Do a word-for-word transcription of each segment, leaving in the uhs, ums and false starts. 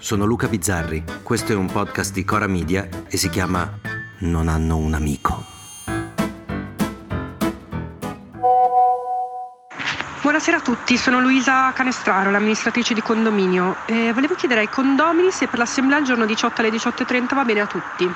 sono Luca Bizzarri, questo è un podcast di Cora Media e si chiama Non hanno un amico. Buonasera a tutti, sono Luisa Canestraro, l'amministratrice di condominio e volevo chiedere ai condomini se per l'assemblea il giorno diciotto alle diciotto e trenta va bene a tutti.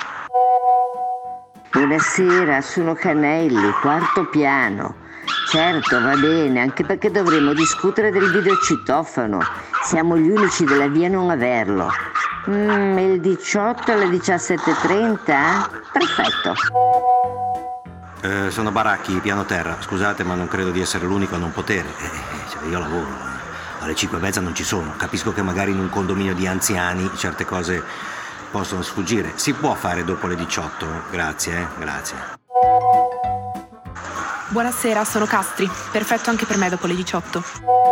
Buonasera, sono Canelli, quarto piano. Certo, va bene, anche perché dovremo discutere del videocitofono. Siamo gli unici della via a non averlo. Mm, il diciotto alle diciassette e trenta? Perfetto. Eh, sono Baracchi, piano terra. Scusate, ma non credo di essere l'unico a non potere. Eh, cioè, io lavoro. Alle cinque e mezza non ci sono. Capisco che magari in un condominio di anziani certe cose possono sfuggire. Si può fare dopo le diciotto? Grazie, eh? Grazie. Buonasera, sono Castri. Perfetto anche per me dopo le diciotto.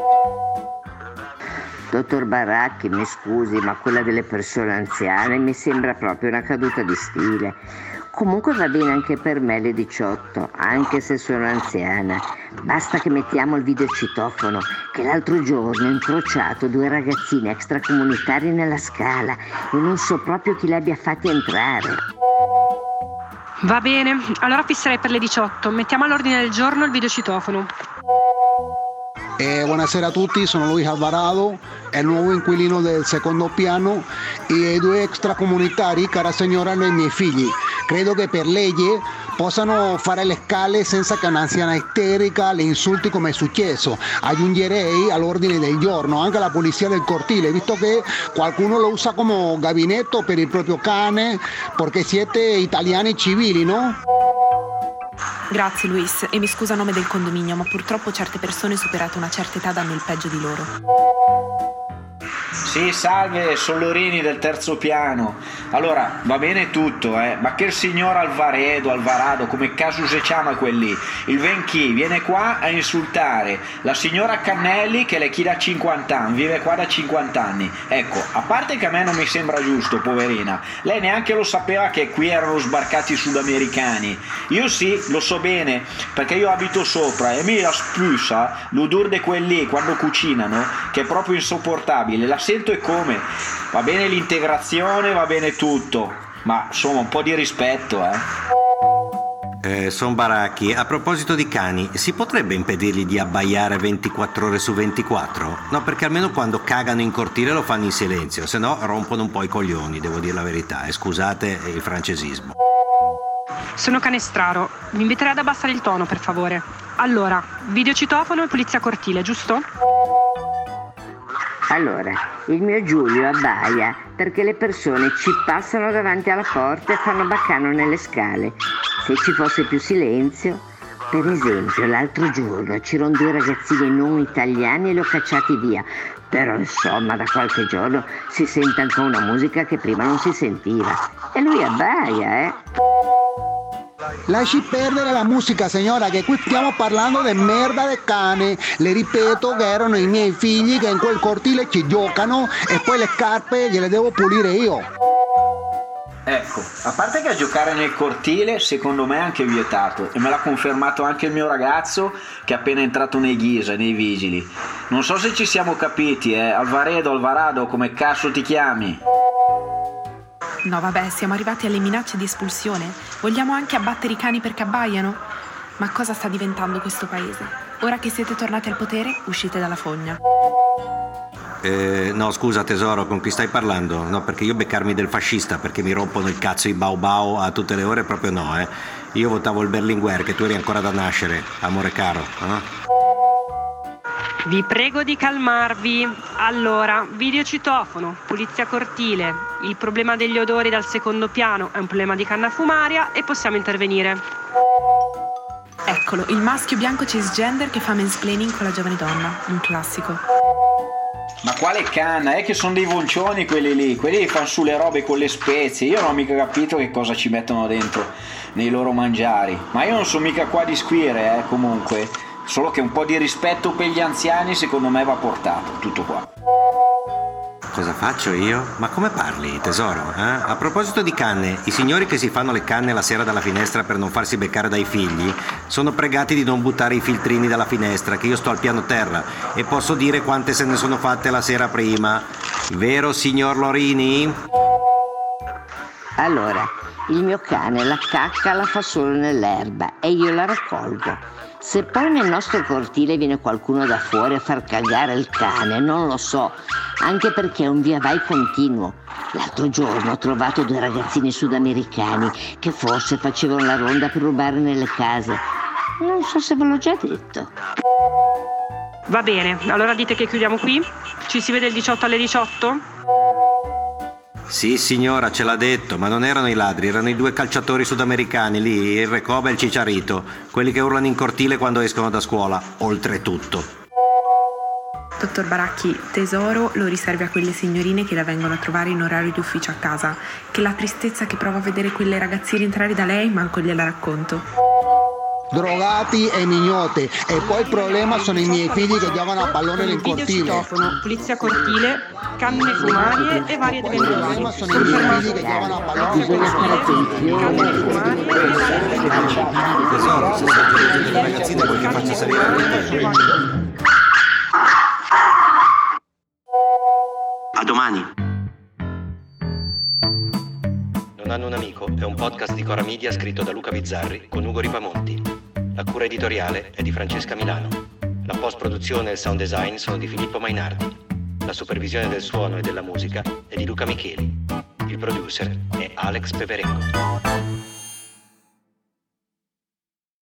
Dottor Baracchi, mi scusi, ma quella delle persone anziane mi sembra proprio una caduta di stile. Comunque va bene anche per me le diciotto, anche se sono anziana. Basta che mettiamo il videocitofono, che l'altro giorno ho incrociato due ragazzini extracomunitari nella Scala e non so proprio chi li abbia fatti entrare. Va bene, allora fisserei per le diciotto. Mettiamo all'ordine del giorno il videocitofono. Eh, buonasera a tutti, sono Luis Alvarado, il nuovo inquilino del secondo piano e i due extracomunitari, cara signora, i miei figli. Credo che per legge possano fare le scale senza che un'anziana isterica le insulti come è successo. Aggiungerei all'ordine del giorno anche la polizia del cortile, visto che qualcuno lo usa come gabinetto per il proprio cane, perché siete italiani civili, no? Grazie Luis, e mi scusa a nome del condominio, ma purtroppo certe persone superate una certa età danno il peggio di loro. Sì, salve, sono Lorini del terzo piano. Allora, va bene tutto, eh, ma che il signor Alvaredo, Alvarado, come caso si chiama quelli, il Venchi, viene qua a insultare la signora Cannelli che le chiede a cinquanta anni, vive qua da cinquanta anni. Ecco, a parte che a me non mi sembra giusto, poverina, lei neanche lo sapeva che qui erano sbarcati sudamericani. Io sì, lo so bene, perché io abito sopra e mi la sprusa l'odore di quelli quando cucinano, che è proprio insopportabile. La sento e come. Va bene l'integrazione, va bene tutto, ma insomma un po' di rispetto, eh. Eh, son Baracchi. A proposito di cani, si potrebbe impedirgli di abbaiare ventiquattro ore su ventiquattro? No, perché almeno quando cagano in cortile lo fanno in silenzio, se no rompono un po' i coglioni, devo dire la verità, e scusate il francesismo. Sono Canestraro, vi inviterei ad abbassare il tono per favore. Allora, videocitofono e polizia cortile, giusto? Allora, il mio Giulio abbaia perché le persone ci passano davanti alla porta e fanno baccano nelle scale. Se ci fosse più silenzio, per esempio l'altro giorno c'erano due ragazzini non italiani e li ho cacciati via. Però insomma da qualche giorno si sente anche una musica che prima non si sentiva. E lui abbaia, eh. Lasci perdere la musica, signora, che qui stiamo parlando di merda del cane. Le ripeto che erano i miei figli che in quel cortile ci giocano e poi le scarpe gliele devo pulire io. Ecco, a parte che a giocare nel cortile secondo me è anche vietato, e me l'ha confermato anche il mio ragazzo che è appena entrato nei ghisa, nei vigili. Non so se ci siamo capiti, eh, Alvaredo, Alvarado, come cazzo ti chiami? No vabbè, siamo arrivati alle minacce di espulsione. Vogliamo anche abbattere i cani perché abbaiano? Ma cosa sta diventando questo paese? Ora che siete tornati al potere, uscite dalla fogna. Eh, no, scusa tesoro, con chi stai parlando? No, perché io beccarmi del fascista perché mi rompono il cazzo i bau bau a tutte le ore proprio no, eh. Io votavo il Berlinguer, che tu eri ancora da nascere, amore caro, eh? Vi prego di calmarvi. Allora, videocitofono, polizia cortile, il problema degli odori dal secondo piano è un problema di canna fumaria e possiamo intervenire. Eccolo, il maschio bianco cisgender che fa mansplaining con la giovane donna, un classico. Ma quale canna? È che sono dei volcioni quelli lì, quelli fanno su le robe con le spezie. Io non ho mica capito che cosa ci mettono dentro nei loro mangiari. Ma io non sono mica qua di squire, eh, comunque. Solo che un po' di rispetto per gli anziani secondo me va portato, tutto qua. Cosa faccio io? Ma come parli, tesoro? Eh? A proposito di canne, i signori che si fanno le canne la sera dalla finestra per non farsi beccare dai figli sono pregati di non buttare i filtrini dalla finestra, che io sto al piano terra e posso dire quante se ne sono fatte la sera prima. Vero, signor Lorini? Allora, il mio cane la cacca la fa solo nell'erba e io la raccolgo. Se poi nel nostro cortile viene qualcuno da fuori a far cagare il cane, non lo so, anche perché è un via vai continuo. L'altro giorno ho trovato due ragazzini sudamericani che forse facevano la ronda per rubare nelle case. Non so se ve l'ho già detto. Va bene, allora dite che chiudiamo qui? Ci si vede il diciotto alle diciotto? Sì, signora, ce l'ha detto, ma non erano i ladri, erano i due calciatori sudamericani lì, il Recoba e il Cicciarito, quelli che urlano in cortile quando escono da scuola, oltretutto. Dottor Baracchi, tesoro lo riservi a quelle signorine che la vengono a trovare in orario di ufficio a casa, che la tristezza che prova a vedere quelle ragazzine entrare da lei manco gliela racconto. Drogati e mignote, e poi il problema sono i miei figli che giocano a pallone nel cortile. Videocitofono, polizia cortile, canne fumarie e varie Il problema dimensioni. sono i miei figli che giocano a pallone nel Bisogna fare cortile. attenzione. Tesoro, se sto chiedendo le ragazzine vuoi che faccia salire a A domani. Non hanno un amico è un podcast di Cora Media scritto da Luca Bizzarri con Ugo Ripamonti. La cura editoriale è di Francesca Milano. La post-produzione e il sound design sono di Filippo Mainardi. La supervisione del suono e della musica è di Luca Micheli. Il producer è Alex Peperengo.